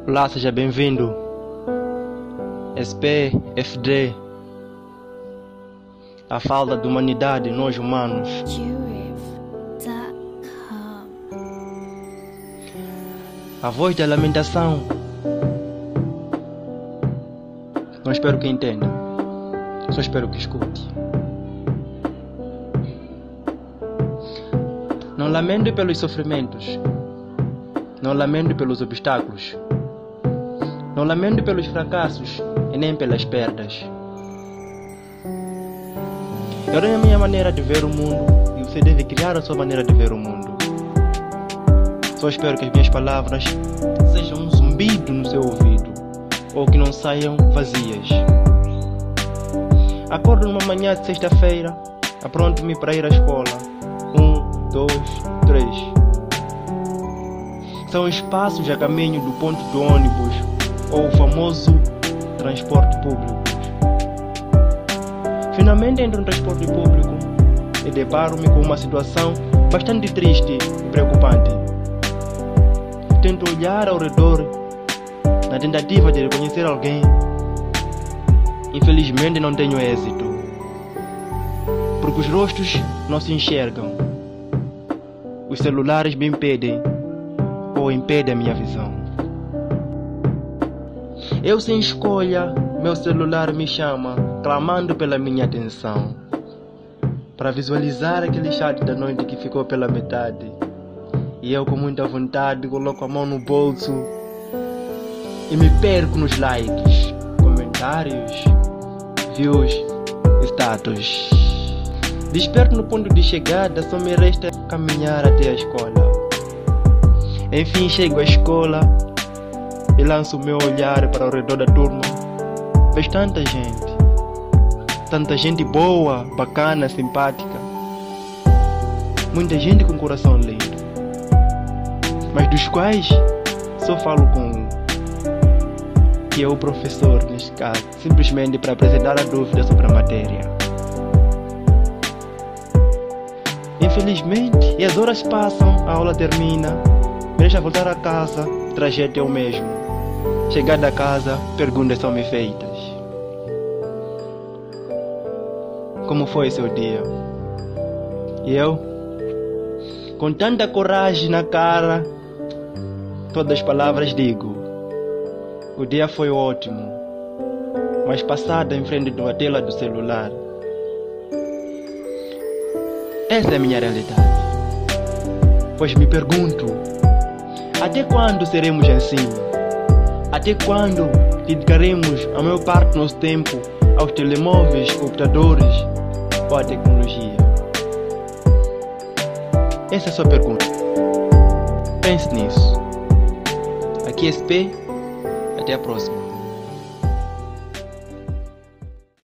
Olá, seja bem-vindo. SPFD. A falta de humanidade em nós humanos. A voz da lamentação. Não espero que entenda. Só espero que escute. Não lamento pelos sofrimentos. Não lamento pelos obstáculos. Não lamento pelos fracassos e nem pelas perdas. Eu tenho a minha maneira de ver o mundo e você deve criar a sua maneira de ver o mundo. Só espero que as minhas palavras sejam um zumbido no seu ouvido ou que não saiam vazias. Acordo numa manhã de sexta-feira, apronto-me para ir à escola. 1, 2, 3. São os passos a caminho do ponto do ônibus ou o famoso transporte público. Finalmente entro no transporte público e deparo-me com uma situação bastante triste e preocupante. Tento olhar ao redor na tentativa de reconhecer alguém. Infelizmente não tenho êxito, porque os rostos não se enxergam. Os celulares me impedem ou impedem a minha visão. Eu sem escolha, meu celular me chama, clamando pela minha atenção, para visualizar aquele chat da noite que ficou pela metade. E eu com muita vontade coloco a mão no bolso e me perco nos likes, comentários, views, status. Desperto no ponto de chegada, só me resta caminhar até a escola. Enfim chego à escola e lanço o meu olhar para o redor da turma. Vejo tanta gente boa, bacana, simpática. Muita gente com coração lindo, mas dos quais só falo com um, que é o professor neste caso, simplesmente para apresentar a dúvida sobre a matéria. Infelizmente, e as horas passam, a aula termina, me deixa voltar a casa, o trajeto é o mesmo. Chegada a casa, perguntas são me feitas. Como foi seu dia? E eu, com tanta coragem na cara, todas as palavras digo: o dia foi ótimo, mas passada em frente da tela do celular. Essa é a minha realidade. Pois me pergunto, até quando seremos assim? Até quando dedicaremos a maior parte do nosso tempo aos telemóveis, computadores ou à tecnologia? Essa é a sua pergunta. Pense nisso. Aqui é SP. Até a próxima.